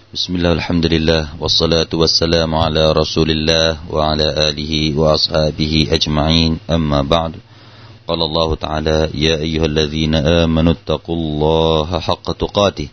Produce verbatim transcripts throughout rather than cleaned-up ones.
بسم الله الحمد لله والصلاة والسلام على رسول الله وعلى آله وأصحابه أجمعين أما بعد قال الله تعالى يا أيها الذين آمنوا اتقوا الله حق تقاته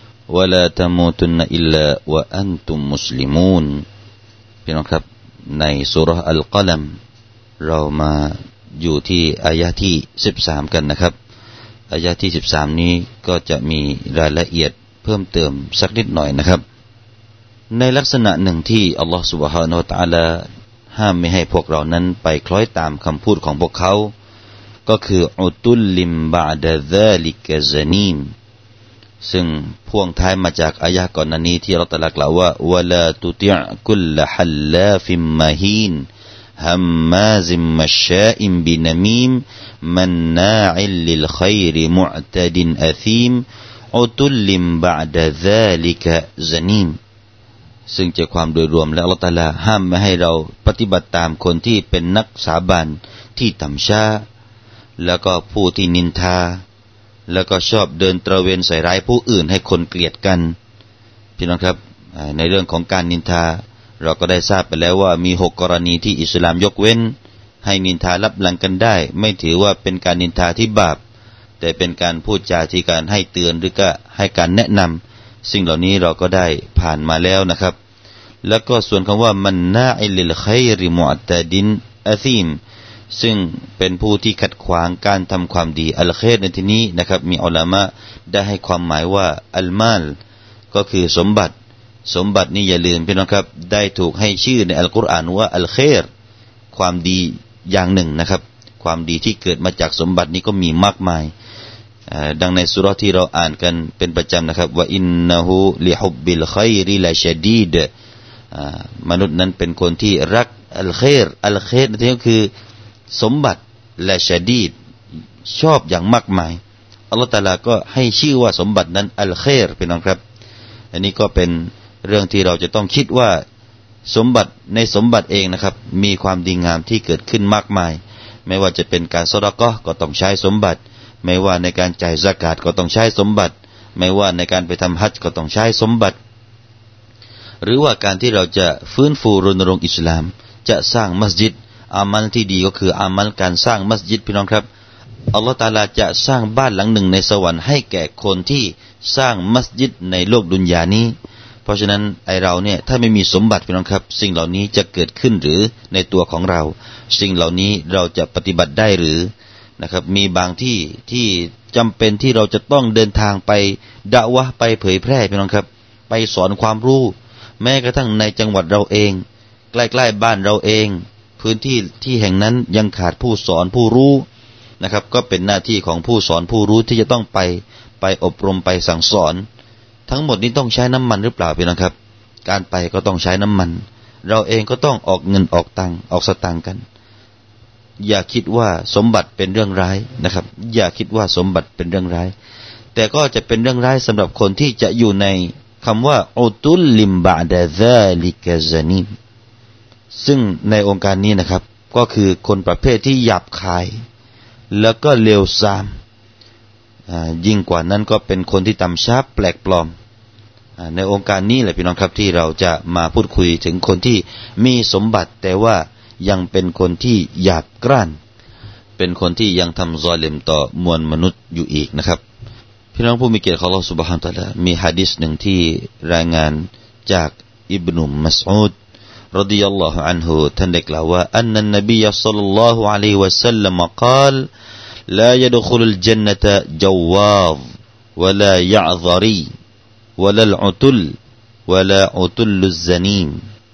ولا تموتن إلا وأنتم مسلمون พี่น้องครับในซูเราะห์อัลกะลัมเรามาอยู่ที่อายะห์ที่สิบสามกันนะครับอายะห์ที่สิบสามนี้ก็จะมีรายละเอียดเพิ่มเติมสักนิดหน่อยนะครับในลักษณะหนึ่งที่อัลลอฮฺ سبحانه และ تعالى ห้ามไม่ให้พวกเรานั้นไปคล้อยตามคำพูดของพวกเขาก็คืออุตุลลิมบะดะซาลิกะซะนีมซึ่งพ่วงท้ายมาจากอายะห์ก่อนหน้านี้ที่อัลเลาะห์ตะอาลากล่าวว่าวะลาตุติอ์กุลฮัลลาฟิมมะฮีนฮัมมาซิมมัชชาอิมบินะมีมมันนาอิลลิลค็อยรมุอ์ตะดินอะซีมอุตุลลิมบะดะซาลิกะซะนีมซึ่งใจความโดยรวมแล้วอัลเลาะห์ตะอาลาห้ามไม่ให้เราปฏิบัติตามคนที่เป็นนักสาบานที่ต่ำช้าแล้วก็ผู้ที่นินทาแล้วก็ชอบเดินตระเวนใส่ร้ายผู้อื่นให้คนเกลียดกันพี่น้องครับในเรื่องของการนินทาเราก็ได้ทราบไปแล้วว่ามีหกกรณีที่อิสลามยกเว้นให้นินทาลับหลังกันได้ไม่ถือว่าเป็นการนินทาที่บาปแต่เป็นการพูดจาที่การให้เตือนหรือก็ให้การแนะนำสิ่งเหล่านี้เราก็ได้ผ่านมาแล้วนะครับแล้วก็ส่วนคำว่ามันนาอิลิลค็อยริมุอ์ตะดินอะซีมซึ่งเป็นผู้ที่ขัดขวางการทำความดีอัลค็อยรในที่นี้นะครับมีอุลามะได้ให้ความหมายว่าอัลมาลก็คือสมบัติสมบัตินี่อย่าลืมพี่น้องครับได้ถูกให้ชื่อในอัลกุรอานว่าอัลค็อยรความดีอย่างหนึ่งนะครับความดีที่เกิดมาจากสมบัตินี้ก็มีมากมายดังในซูเราะห์ที่เราอ่านกันเป็นประจำนะครับว่าอินนะฮูลิฮุบบิลค็อยริละชะดีดมนุษย์นั้นเป็นคนที่รักอัลค็อยรอัลค็อยรนี่ก็คือสมบัติและชะดีดชอบอย่างมากมายอัลเลาะห์ตะอาลาก็ให้ชื่อว่าสมบัตินั้นอัลค็อยรพี่น้องครับอันนี้ก็เป็นเรื่องที่เราจะต้องคิดว่าสมบัติในสมบัติเองนะครับมีความดีงามที่เกิดขึ้นมากมายไม่ว่าจะเป็นการซอดาเกาะห์ก็ต้องใช้สมบัติไม่ว่าในการจ่ายซะกาตก็ต้องใช้สมบัติไม่ว่าในการไปทำฮัจญ์ก็ต้องใช้สมบัติหรือว่าการที่เราจะฟื้นฟูรณรงค์อิสลามจะสร้างมัสยิดอามัลที่ดีก็คืออามัลการสร้างมัสยิดพี่น้องครับอัลเลาะห์ตะอาลาจะสร้างบ้านหลังหนึ่งในสวรรค์ให้แก่คนที่สร้างมัสยิดในโลกดุนยานี้เพราะฉะนั้นไอเราเนี่ยถ้าไม่มีสมบัติพี่น้องครับสิ่งเหล่านี้จะเกิดขึ้นหรือในตัวของเราสิ่งเหล่านี้เราจะปฏิบัติได้หรือนะครับมีบางที่ที่จำเป็นที่เราจะต้องเดินทางไปดะอ์วะห์ไปเผยแพร่พี่น้องครับไปสอนความรู้แม้กระทั่งในจังหวัดเราเองใกล้ๆบ้านเราเองพื้นที่ที่แห่งนั้นยังขาดผู้สอนผู้รู้นะครับก็เป็นหน้าที่ของผู้สอนผู้รู้ที่จะต้องไปไปอบรมไปสั่งสอนทั้งหมดนี้ต้องใช้น้ำมันหรือเปล่าพี่น้องครับการไปก็ต้องใช้น้ำมันเราเองก็ต้องออกเงินออกตังค์ออกสตางค์กันอย่าคิดว่าสมบัติเป็นเรื่องร้ายนะครับอย่าคิดว่าสมบัติเป็นเรื่องร้ายแต่ก็จะเป็นเรื่องร้ายสำหรับคนที่จะอยู่ในคำว่าอุตุลลิมบะดะซาลิกะซะนีมซึ่งในองค์การนี้นะครับก็คือคนประเภทที่หยาบคายแล้วก็เลวทรามยิ่งกว่านั้นก็เป็นคนที่ต่ำช้าแปลกปลอมในองค์การนี้แหละพี่น้องครับที่เราจะมาพูดคุยถึงคนที่มีสมบัติแต่ว่ายังเป็นคนที่หยาบกร้านเป็นคนที่ยังทำซอลิมต่อมวลมนุษย์อยู่อีกนะครับพี่น้องผู้มีเกียรติของอัลเลาะห์ซุบฮานะฮูวะตะอาลามีหะดีษหนึ่งที่รายงานจากอิบนุมัสอูดรฎิยัลลอฮุอันฮุท่านได้กล่าวว่าอันนันนบีศ็อลลัลลอฮุอะลัยฮิวะซัลลัมกล่าวลายะดุคุลุลญันนะตะจวาฎวะลายะฎรีวะลาอุตุลวะลาอุตุลซะนีม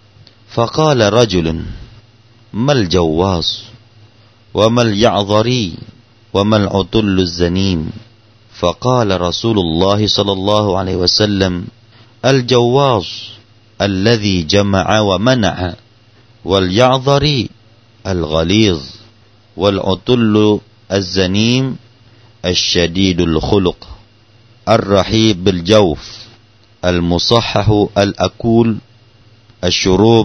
فقال رجل ما الجواز وما اليعذري وما العتل الزنيم فقال رسول الله صلى الله عليه وسلم الجواز الذي جمع ومنع واليعذري الغليظ والعتل الزنيم الشديد الخلق الرحيب بالجوف المصحح الأكول الشروب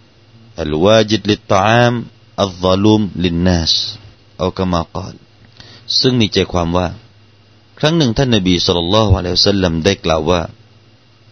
الواجد للطعام الظلوم للناس أو كما قال ซึ่งมีใจความว่าครั้งหนึ่งท่านนบีศ็อลลัลลอฮุอะลัยฮิวะซัลลัมได้กล่าวว่า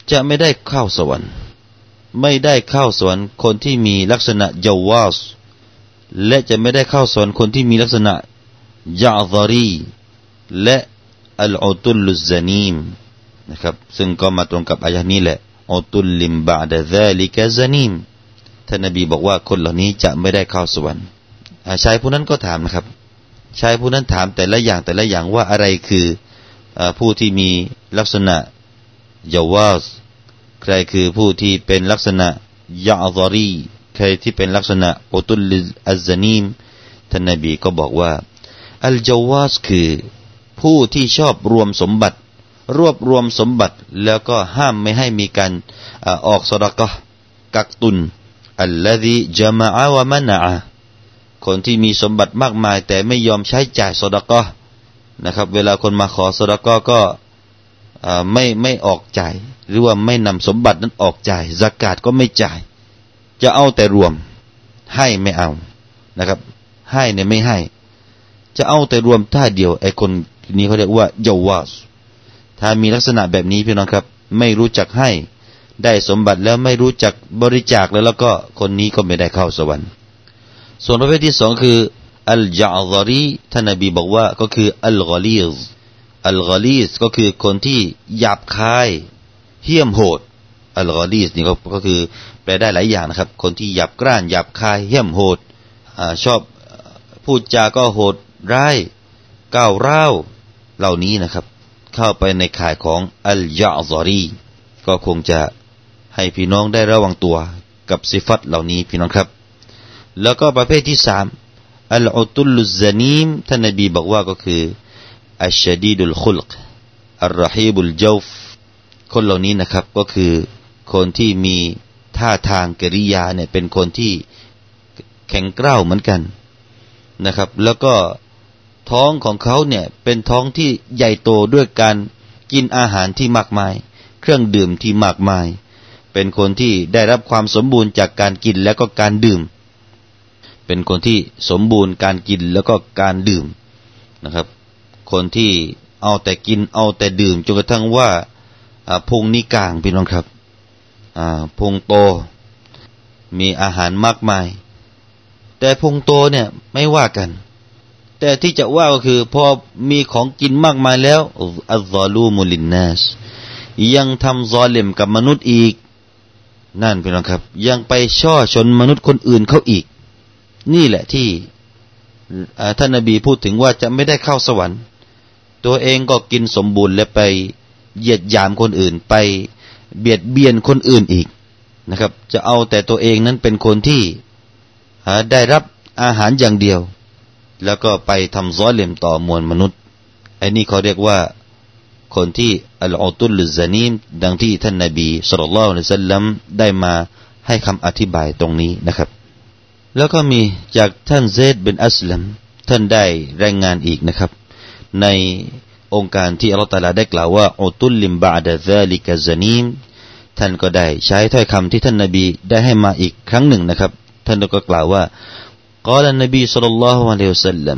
จะไม่ได้เข้าสวรรค์ไม่ได้เข้าสวรรค์คนที่มีลักษณะญาวาสและจะไม่ได้เข้าสวรรค์คนที่มีลักษณะยะฎอรีและอัลอุตุลลุซซานีมนะครับซึ่งก็มาตรงกับอายะห์นี้แหละอุตุลลิมบะดะซาลิกะซานีมท่านนบีบอกว่าคนเหล่านี้จะไม่ได้เข้าสวรรค์ชายผู้นั้นก็ถามนะครับชายผู้นั้นถามแต่ละอย่างแต่ละอย่างว่าอะไรคือผู้ที่มีลักษณะยาวาสใครคือผู้ที่เป็นลักษณะยะฎอรีใครที่เป็นลักษณะอุตุลอัซซานีมท่านนบีก็บอกว่าอัลจาวาสคือผู้ที่ชอบรวมสมบัติรวบรวมสมบัติแล้วก็ห้ามไม่ให้มีการออกซอดาเกาะห์กักตุนอัลลซีญะมะอะวะมะนะอะคนที่มีสมบัติมากมายแต่ไม่ยอมใช้จ่ายซอดาเกาะห์นะครับเวลาคนมาขอซอดาเกาะห์ก็ไม่ไม่ออกจ่ายหรือว่าไม่นำสมบัตินั้นออกจ่ายซะกาตก็ไม่จ่ายจะเอาแต่รวมให้ไม่เอานะครับให้เนี่ยไม่ให้จะเอาแต่รวมท่าเดียวไอ้คนนี้เขาเรียกว่าญาวาสถ้ามีลักษณะแบบนี้พี่น้องครับไม่รู้จักให้ได้สมบัติแล้วไม่รู้จักบริจาคแล้วแล้วก็คนนี้ก็ไม่ได้เข้าสวรรค์ส่วนประเภทที่สองคืออัลญะฎอรีท่านนบีบอกว่าก็คืออัลฆอลีซอัลฆอลีซก็คือคนที่หยาบคายเหี้ยมโหดอัลฆอลีซนี่ก็ก็คือแปลได้หลายอย่างนะครับคนที่หยาบกร้านหยาบคายเหี้ยมโหดอ่าชอบพูดจาก็โหดร้ายก้าวร้าวเหล่านี้นะครับเข้าไปในข่ายของอัลญะฎอรีก็คงจะให้พี่น้องได้ระวังตัวกับสิฟัตเหล่านี้พี่น้องครับแล้วก็ประเภทที่สามอัลอุตุลลุซซานีมท่านนบีบอกว่าก็คืออัชชะดีดุลคุลกอัรรฮีบุลญาวฟคนเหล่านี้นะครับก็คือคนที่มีท่าทางกิริยาเนี่ยเป็นคนที่แข็งกร้าวเหมือนกันนะครับแล้วก็ท้องของเขาเนี่ยเป็นท้องที่ใหญ่โตด้วยการกินอาหารที่มากมายเครื่องดื่มที่มากมายเป็นคนที่ได้รับความสมบูรณ์จากการกินและก็การดื่มเป็นคนที่สมบูรณ์การกินแล้วก็การดื่มนะครับคนที่เอาแต่กินเอาแต่ดื่มจนกระทั่งว่าพุงนี่กลางพี่น้องครับพุงโตมีอาหารมากมายแต่พุงโตเนี่ยไม่ว่ากันแต่ที่จะว่าก็คือพอมีของกินมากมายแล้วอัลซอลูมุลินนัสยังทำซอลิมกับมนุษย์อีกนั่นพี่น้องครับยังไปช่อชนมนุษย์คนอื่นเขาอีกนี่แหละที่ท่านนบีพูดถึงว่าจะไม่ได้เข้าสวรรค์ตัวเองก็กินสมบูรณ์และไปเหยียดหยามคนอื่นไปเบียดเบียนคนอื่นอีกนะครับจะเอาแต่ตัวเองนั้นเป็นคนที่ได้รับอาหารอย่างเดียวแล้วก็ไปทำซอลิมต่อมวลมนุษย์ไอ้นี่เขาเรียกว่าคนที่อัลอุตุลลุซซานีมดังที่ท่านนบีศ็อลลัลลอฮุอะลัยฮิวะซัลลัมได้มาให้คำอธิบายตรงนี้นะครับแล้วก็มีจากท่านเซดบินอัสลัมท่านได้รายงานอีกนะครับในองค์การที่อัลเลาะห์ตะอาลาได้กล่าวว่าอุตุลลิมบะดะซาลิกะซานีมท่านก็ได้ใช้ถ้อยคำที่ท่านนบีได้ให้มาอีกครั้งหนึ่งนะครับท่านก็กล่าวว่า قال النبي صلى الله عليه وسلم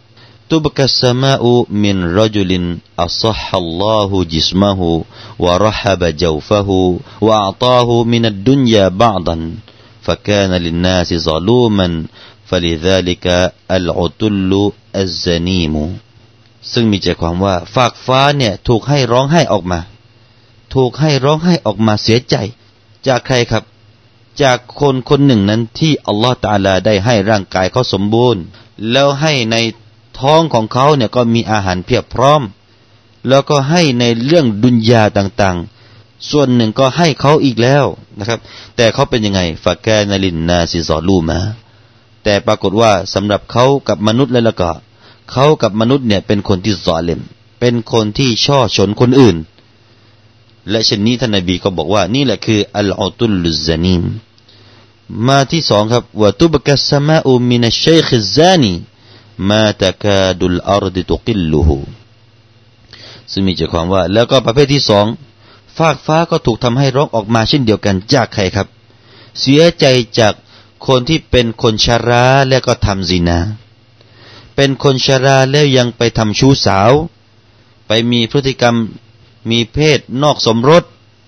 تبكى السماء من رجل أصح الله جسمه ورحب جوفه وأعطاه من الدنيا بعضا فكان للناس ظلوما فلذلك العتل الزنيم ซึ่งมีใจความว่าฟากฟ้าเนี่ยถูกให้ร้องไห้ออกมาถูกให้ร้องไห้ออกมาเสียใจจากใครครับจากคนคนหนึ่งนั้นที่อัลลอฮฺตะอาลาได้ให้ร่างกายเขาสมบูรณ์แล้วให้ในท้องของเขาเนี่ยก็มีอาหารเพียบพร้อมแล้วก็ให้ในเรื่องดุนยาต่างๆส่วนหนึ่งก็ให้เขาอีกแล้วนะครับแต่เขาเป็นยังไงฟะกานะลินนาซิซอลูมาแต่ปรากฏว่าสำหรับเขากับมนุษย์แล้วก็เขากับมนุษย์เนี่ยเป็นคนที่ซอลิมเป็นคนที่ช่อชนคนอื่นและเช่นนี้ท่านนบีก็บอกว่านี่แหละคืออัลอุตุลลุซซานีมมาที่สองครับวะตุบกัสสมาอุมินัชชัยคิซซานีมาตะกาดุลอัรฎิตุกิลลุฮูซึ่งมีใจความว่าแล้วก็ประเภทที่สองฟากฟ้าก็ถูกทำให้ร้องออกมาเช่นเดียวกันจากใครครับเสียใจจากคนที่เป็นคนชราแล้วก็ทำซินาเป็นคนชราแล้วยังไปทำชู้สาวไปมีพฤติกรรมมีเพศนอกสมรส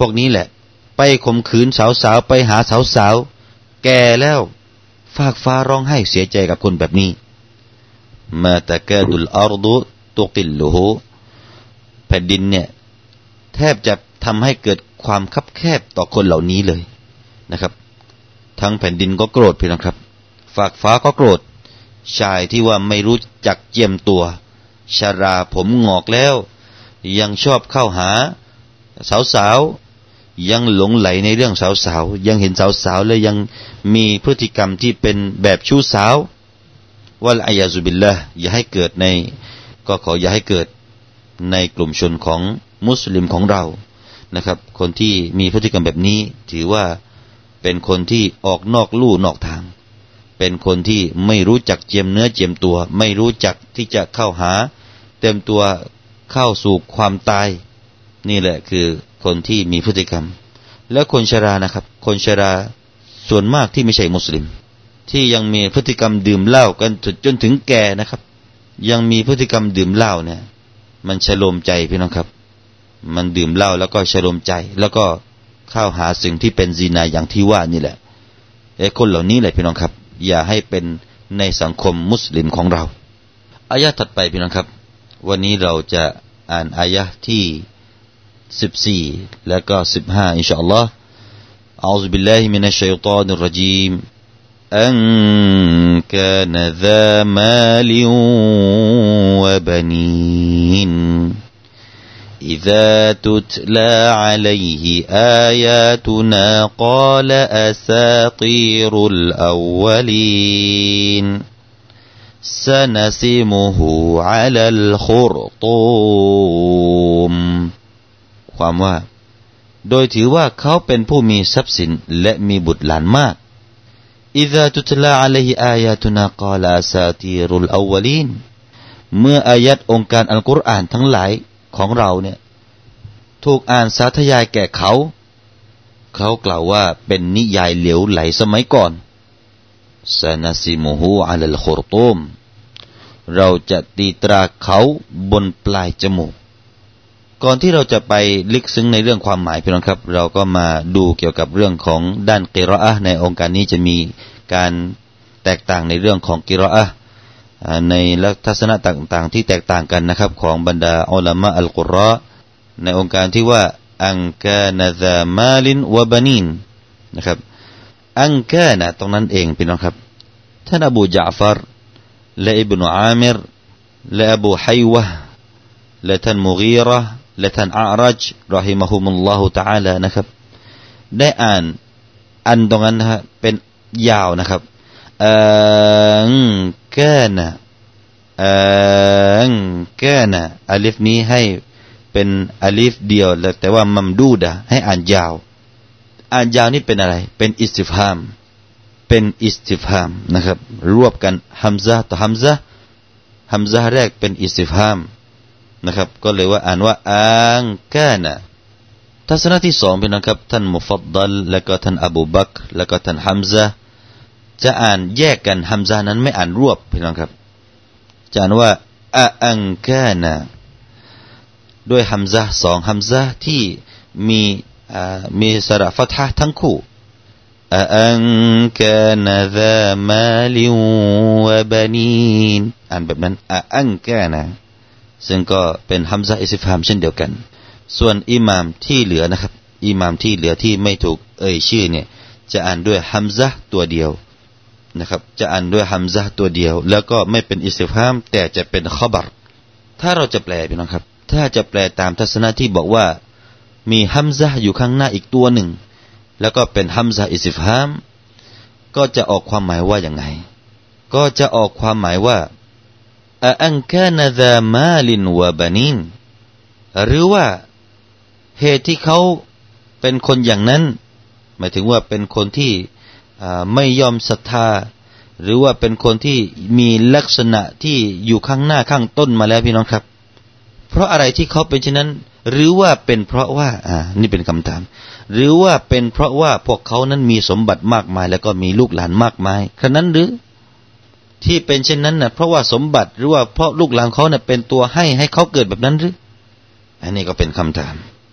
พวกนี้แหละไปข่มขืนสาวๆไปหาสาวๆแก่แล้วฟากฟ้าร้องไห้เสียใจกับคนแบบนี้มาตะกาดุลอาร์ดุตุกิลลุฮูแผ่นดินเนี่ยแทบจะทำให้เกิดความคับแคบต่อคนเหล่านี้เลยนะครับทั้งแผ่นดินก็โกรธพี่น้องครับฟากฟ้าก็โกรธชายที่ว่าไม่รู้จักเจียมตัวชราผมงอกแล้วยังชอบเข้าหาสาวๆยังหลงไหลในเรื่องสาวๆยังเห็นสาวๆแล้วยังมีพฤติกรรมที่เป็นแบบชู้สาววัลอะยาซุบิลลาห์อย่าให้เกิดในก็ขออย่าให้เกิดในกลุ่มชนของมุสลิมของเรานะครับคนที่มีพฤติกรรมแบบนี้ถือว่าเป็นคนที่ออกนอกลู่นอกทางเป็นคนที่ไม่รู้จักเจียมเนื้อเจียมตัวไม่รู้จักที่จะเข้าหาเต็มตัวเข้าสู่ความตายนี่แหละคือคนที่มีพฤติกรรมและคนชรานะครับคนชราส่วนมากที่ไม่ใช่มุสลิมที่ยังมีพฤติกรรมดื่มเหล้ากันจนถึงแก่นะครับยังมีพฤติกรรมดื่มเหล้าเนี่ยมันชโลมใจพี่น้องครับมันดื่มเหล้าแล้วก็ชโลมใจแล้วก็เข้าหาสิ่งที่เป็นซินาอย่างที่ว่านี่แหละไอ้คนเหล่านี้แหละพี่น้องครับอย่าให้เป็นในสังคมมุสลิมของเราอายะห์ถัดไปพี่น้องครับวันนี้เราจะอ่านอายะห์ที่สิบสี่แล้วก็สิบห้าอินชาอัลลอฮ์อะอูซุบิลลาฮิมินัชชัยฏอนิรเราะญีมอันกานะซามาลิวะบะนีนإذا تتلى عليه آياتنا قال أساطير الأولين سنسمه على الخرطوم ความว่าโดยถือว่าเขาเป็นผู้มีทรัพย์สินและมีบุตรหลานมาก إذا تتلى عليه آياتنا قال أساطير الأولين เมื่ออายัดองค์การอัลกุรอานทั้งหลายของเราเนี่ยถูกอ่านสาธยายแก่เขาเขากล่าวว่าเป็นนิยายเหลวไหลสมัยก่อนซานาซิมูฮูอะลัลคุรตูมเราจะตีตราเขาบนปลายจมูกก่อนที่เราจะไปลึกซึ้งในเรื่องความหมายพี่น้องครับเราก็มาดูเกี่ยวกับเรื่องของด้านกิรออะห์ในองค์การนี้จะมีการแตกต่างในเรื่องของกิรออะห์ในลักษณะต่างๆที่แตกต่างกันนะครับของบรรดาอุลามะอัลกุรอในองค์การที่ว่าอันกานะซามาลินวะบะนีนนะครับอันกานะตรงนั้นเองพี่น้องครับท่านอบูญะฟัรและอิบนุอามิรและอบูฮัยวะห์และท่านมุกีเราะห์และท่านอารัจรอฮิมะฮุมุลลอฮุตะอาลานะครับได้อ่านอันตรงนั้นนะฮะเป็นยาวนะครับอันกานะอันกานะอลิฟนี้ให้เป็นอลิฟเดียวแต่ว่ามัมดูดะให้อ่านยาวอ่านยาวนี่เป็นอะไรเป็นอิสติฟฮามเป็นอิสติฟฮามนะครับรวบกันฮัมซะห์ต่อฮัมซะห์ฮัมซะห์แรกเป็นอิสติฟฮามนะครับก็เลยว่าอ่านว่าอันกานะทัศนะที่สองเป็นนะครับท่านมุฟัดดัลและก็ท่านอบูบักรและก็ท่านฮัมซะห์จะอ่านแยกกันฮัมซะห์นั้นไม่อ่านรวบพี่น้องครับจะอ่านว่าอันกานะด้วยฮัมซะห์สองฮัมซะห์ที่มีมีสระฟัตฮะห์ทั้งคู่อันกานะซามาลิวะบะนีนอ่านแบบนั้นอันกานะซึ่งก็เป็นฮัมซะห์อิสติฟฮามเช่นเดียวกันส่วนอิหม่ามที่เหลือนะครับอิหม่ามที่เหลือที่ไม่ถูกเอ่ยชื่อเนี่ยจะอ่านด้วยฮัมซะห์ตัวเดียวนะครับจะอ่านด้วยฮัมซะห์ตัวเดียวแล้วก็ไม่เป็นอิสติฟฮามแต่จะเป็นขบัรถ้าเราจะแปลพี่น้องครับถ้าจะแปลตามทัศนะที่บอกว่ามีฮัมซะห์อยู่ข้างหน้าอีกตัวหนึ่งแล้วก็เป็นฮัมซะห์อิสติฟฮามก็จะออกความหมายว่าอย่างไงก็จะออกความหมายว่าอันกานะซามาลินวะบะนีนหรือว่าเหตุที่เขาเป็นคนอย่างนั้นหมายถึงว่าเป็นคนที่ไม่ยอมศรัทธาหรือว่าเป็นคนที่มีลักษณะที่อยู่ข้างหน้าข้างต้นมาแล้วพี่น้องครับเพราะอะไรที่เขาเป็นเช่นนั้นหรือว่าเป็นเพราะว่าอ่านี่เป็นคำถามหรือว่าเป็นเพราะว่าพวกเขานั้นมีสมบัติมากมายแล้วก็มีลูกหลานมากมายฉะนั้นหรือที่เป็นเช่นนั้นน่ะเพราะว่าสมบัติหรือว่าเพราะลูกหลานเขาเนี่ยเป็นตัวให้ให้เขาเกิดแบบนั้นหรืออันนี้ก็เป็นคำถาม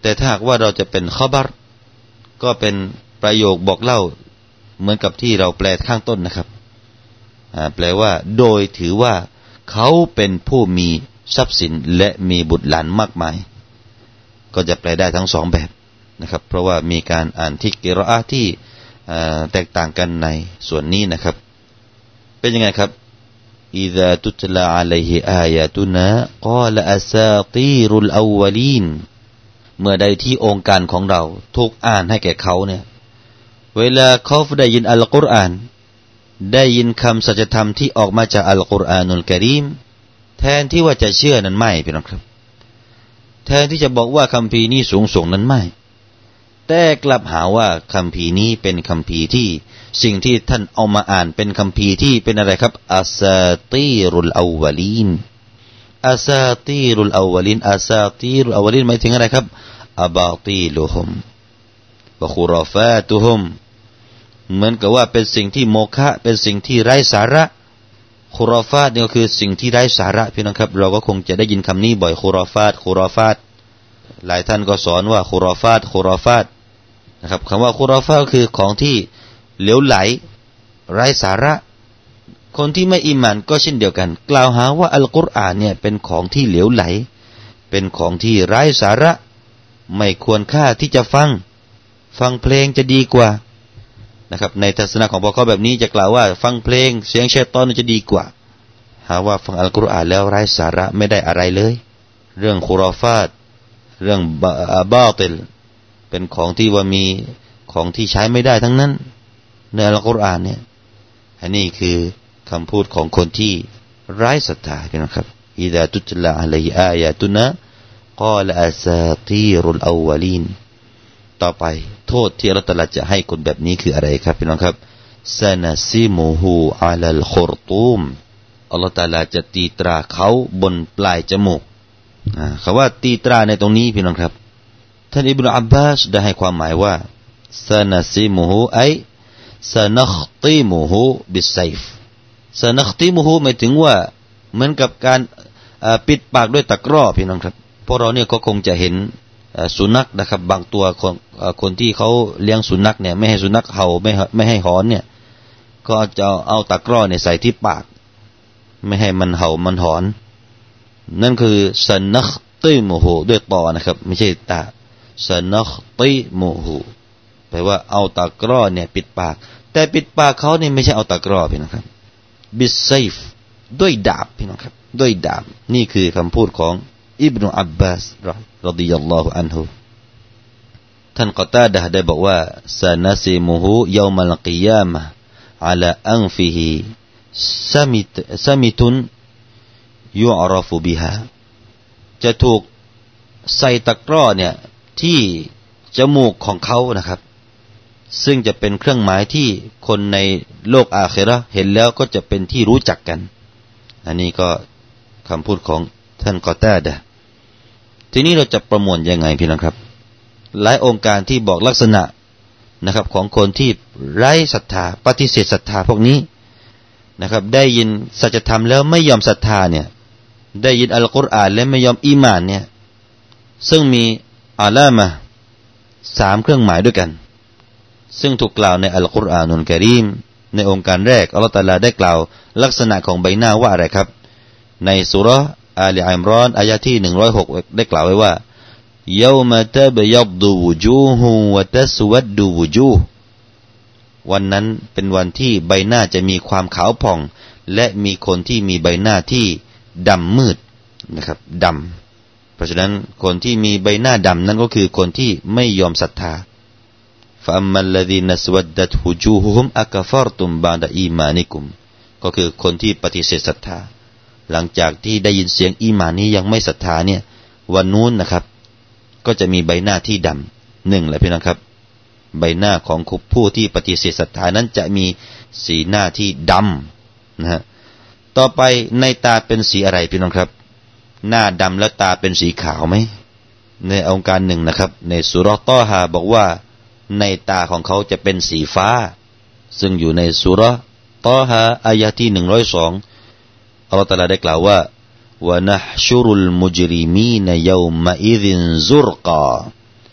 แต่ถ้าหากว่าเราจะเป็นขบัรก็เป็นประโยคบอกเล่าเหมือนกับที่เราแปลข้างต้นนะครับแปลว่าโดยถือว่าเขาเป็นผู้มีทรัพย์สินและมีบุตรหลานมากมายก็จะแปลได้ทั้งสองแบบนะครับเพราะว่ามีการอ่านที่กิรออะห์ที่แตกต่างกันในส่วนนี้นะครับเป็นยังไงครับอิซาตุตลาอะลัยฮิอายาตุนากาลอะซาตีรุลอววลีนเมื่อใดที่องค์การของเราถูกอ่านให้แก่เขาเนี่ยเวลาเขาได้ยินอัลกุรอานได้ยินคำสัจธรรมที่ออกมาจากอัลกุรอานุลกะรีมแทนที่ว่าจะเชื่อนั้นไม่พี่น้องครับแทนที่จะบอกว่าคัมภีร์นี้สูงส่งนั้นไม่แต่กลับหาว่าคัมภีร์นี้เป็นคัมภีร์ที่สิ่งที่ท่านเอามาอ่านเป็นคัมภีร์ที่เป็นอะไรครับอัสซาตีรุลอววลีนอัสซาตีรุลอววลีนอัสซาตีรุลอววลีนหมายถึงอะไรครับอะบาตีลุฮุมวะคุรอฟาตุฮุมเหมือนกับว่าเป็นสิ่งที่โมฆะเป็นสิ่งที่ไร้สาระคุรอฟาตนี่ก็คือสิ่งที่ไร้สาระพี่น้องครับเราก็คงจะได้ยินคำนี้บ่อยคุรอฟาตคุรอฟาตหลายท่านก็สอนว่าคุรอฟาตคุรอฟาตนะครับคำว่าคุรอฟาตก็คือของที่เหลวไหลไร้สาระคนที่ไม่อิหม่านก็เช่นเดียวกันกล่าวหาว่าอัลกุรอานเนี่ยเป็นของที่เหลวไหลเป็นของที่ไร้สาระไม่ควรค่าที่จะฟังฟังเพลงจะดีกว่านะครับในทัศนะของพวกเขาแบบนี้จะกล่าวว่าฟังเพลงเสียงชัยฏอนจะดีกว่าหาว่าฟังอัลกุรอานแล้วไร้สาระไม่ได้อะไรเลยเรื่องคุรอฟาตเรื่องบาติลเป็นของที่ว่ามีของที่ใช้ไม่ได้ทั้งนั้นในอัลกุรอานเนี่ยอันนี้คือคำพูดของคนที่ไร้ศรัทธานะครับอิซาตุตลาอะลัยฮิอายาตุนะกาลอะซาตีรุลอววลีนต่อไปโทษที่อัลเลาะห์ตะอาลาจะให้คนแบบนี้คืออะไรครับพี่น้องครับซะนะซิมุฮูอะลัลคุรตูมอัลเลาะห์ตะอาลาจะตีตราเขาบนปลายจมูกอ่าคำว่าตีตราในตรงนี้พี่น้องครับท่านอิบนุอับบาสได้ให้ความหมายว่าซะนะซิมุฮูไอซะนัคติมุฮูบิสไซฟซะนัคติมุฮูหมายถึงว่าเหมือนกับการปิดปากด้วยตะกร้อพี่น้องครับพวกเราเนี่ยก็คงจะเห็นสุนัขนะครับบางตัวคนคนที่เขาเลี้ยงสุนัขเนี่ยไม่ให้สุนัขเห่าไม่ไม่ให้หอนเนี่ยก็จะเอาตะกร้อเนี่ยใส่ที่ปากไม่ให้มันเห่ามันหอนนั่นคือซะนัคติมุฮูด้วยตอนะครับไม่ใช่ตาซะนัคติมุฮูแปลว่าเอาตะกร้อเนี่ยปิดปากแต่ปิดปากเขาเนี่ยไม่ใช่เอาตะกร้อพี่น้องครับบิสไซฟด้วยดาบพี่น้องครับด้วยดาบนี่คือคำพูดของอิบนุอับบาสรอฎิยัลลอฮุอันฮุท่านกอตาดะห์ได้บอกว่าซะนะซิมุฮูยอมัลกิยามะฮ์อะลาอันฟิฮิซะมิตซะมิตุนยุอรฟุบิฮาจะถูกใส่ตะกร้อเนี่ยที่จมูกของเขานะครับซึ่งจะเป็นเครื่องหมายที่คนในโลกอาคิเราะห์เห็นแล้วก็จะเป็นที่รู้จักกันอันนี้ก็คำพูดของท่านกอตาดะห์ทีนี้เราจะประมวลยังไงพี่น้องครับหลายองค์การที่บอกลักษณะนะครับของคนที่ไร้ศรัทธาปฏิเสธศรัทธาพวกนี้นะครับได้ยินสัจธรรมแล้วไม่ยอมศรัทธาเนี่ยได้ยินอัลกุรอานแล้วไม่ยอมอีหม่านเนี่ยซึ่งมีอะลามะห์สามเครื่องหมายด้วยกันซึ่งถูกกล่าวในอัลกุรอานุลกะรีมในองค์การแรกอัลเลาะห์ตะอาลาได้กล่าวลักษณะของใบหน้าว่าอะไรครับในซูเราะห์อาลีอิมรอนอายะห์ที่หนึ่งร้อยหกได้กล่าวไว้ว่ายอมะตะบยัดดุวุจูฮุวะตัสวัดดุวุจูฮ์วันนั้นเป็นวันที่ใบหน้าจะมีความขาวผ่องและมีคนที่มีใบหน้าที่ดำมืดนะครับดำเพราะฉะนั้นคนที่มีใบหน้าดำนั้นก็คือคนที่ไม่ยอมศรัทธาฟะอัมมัลลซีนัสวัดดัตฮุจูฮุฮุมอะกะฟัรตุมบะดะอีมานิกุมก็คือคนที่ปฏิเสธศรัทธาหลังจากที่ได้ยินเสียงอีหม่านนี้ยังไม่ศรัทธาเนี่ยวันนู้นนะครับก็จะมีใบหน้าที่ดำหนึ่งแหละพี่น้องครับใบหน้าของผู้ที่ปฏิเสธศรัทธานั้นจะมีสีหน้าที่ดำนะฮะต่อไปในตาเป็นสีอะไรพี่น้องครับหน้าดำแล้วตาเป็นสีขาวไหมในองค์การหนึ่งนะครับในซูเราะห์ตอฮาบอกว่าในตาของเขาจะเป็นสีฟ้าซึ่งอยู่ในซูเราะห์ตอฮาอายะห์ที่หนึ่งร้อยสองอัลเลาะห์ตะอาลาได้กล่าวว่าวะนะห์ชุรุลมุจริมีนยอมะอิซินซุรกา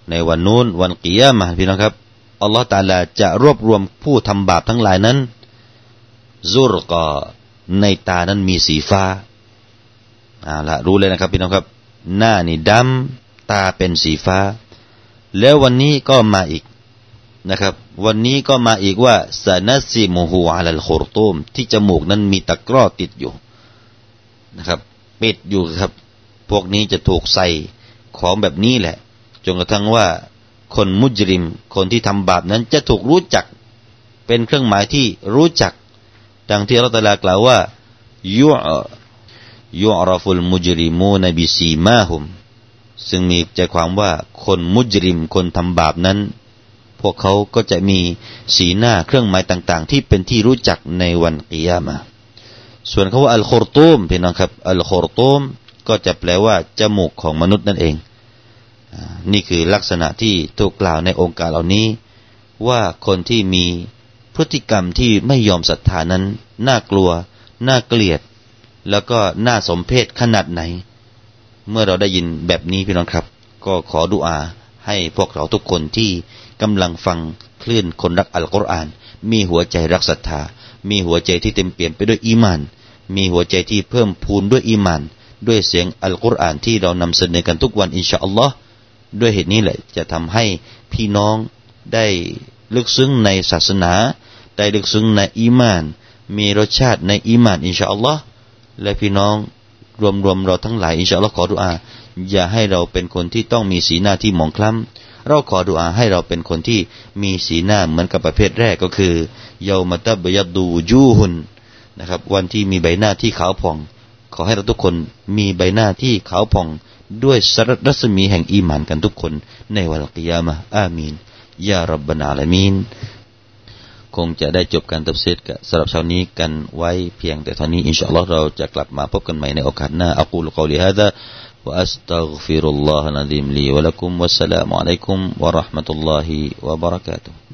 ในวันนู้นวันกิยามะห์พี่น้องครับอัลลอฮฺตะอาลาจะรวบรวมผู้ทำบาปทั้งหลายนั้นซุรกอในตานั้นมีสีฟ้าเอาละรู้เลยนะครับพี่น้องครับหน้านี่ดำตาเป็นสีฟ้าแล้ววันนี้ก็มาอีกนะครับวันนี้ก็มาอีกว่าซะนัสซิมุฮูอะลัลขุรตูมที่จมูกนั้นมีตะกร้อติดอยู่นะครับปิดอยู่ครับพวกนี้จะถูกใส่ของแบบนี้แหละจนกระทั่งว่าคนมุจริมคนที่ทำบาปนั้นจะถูกรู้จักเป็นเครื่องหมายที่รู้จักดังที่อัลเลาะห์ตะอาลากล่าวว่ายุยุอรฟุลมุจริมูนบิซีมาฮุมซึ่งมีใจความว่าคนมุจริมคนทำบาปนั้นพวกเขาก็จะมีสีหน้าเครื่องหมายต่างๆที่เป็นที่รู้จักในวันกิยามะห์ส่วนคำว่าอัลขุรตูมพี่น้องครับอัลขุรตูมก็จะแปลว่าจมูกของมนุษย์นั่นเองนี่คือลักษณะที่ถูกกล่าวในองค์การเหล่านี้ว่าคนที่มีพฤติกรรมที่ไม่ยอมศรัทธานั้นน่ากลัวน่าเกลียดแล้วก็น่าสมเพชขนาดไหนเมื่อเราได้ยินแบบนี้พี่น้องครับก็ขอดุอาให้พวกเราทุกคนที่กำลังฟังคลื่นคนรักอัลกุรอานมีหัวใจรักศรัทธามีหัวใจที่เต็มเปี่ยมไปด้วยอีหม่านมีหัวใจที่เพิ่มพูนด้วยอีหม่านด้วยเสียงอัลกุรอานที่เรานำเสนอกันทุกวันอินชาอัลลอฮ์ด้วยเหตุนี้แหละจะทำให้พี่น้องได้ลึกซึ้งในศาสนาได้ลึกซึ้งในอีหม่านมีรสชาติในอีหม่านอินชาอัลลอฮ์และพี่น้องรวมๆเราทั้งหลายอินชาอัลลอฮ์ขอดุอาอย่าให้เราเป็นคนที่ต้องมีสีหน้าที่หมองคล้ำเราขอดุอาให้เราเป็นคนที่มีสีหน้าเหมือนกับประเภทแรกก็คือเยามัตบยัดดูจูฮุนนะครับวันที่มีใบหน้าที่ขาวผ่องขอให้เราทุกคนมีใบหน้าที่ขาวผ่องด้วยรัศมีแห่งอีหม่านกันทุกคนในวันกิยามะห์อามีนยารับบานะอาลามีนคงจะได้จบการตัฟซีรกับสำหรับเช้านี้กันไว้เพียงแต่เท่านี้อินชาอัลลอฮ์เราจะกลับมาพบกันใหม่ในโอกาสหน้าอะกูลุกอลิฮาซาวะอัสตัฆฟิรุลลอฮะนะซีมลีวะละกุมวัสสลามุอะลัยกุมวะเราะห์มะตุลลอฮิวะบะเราะกาตุฮ์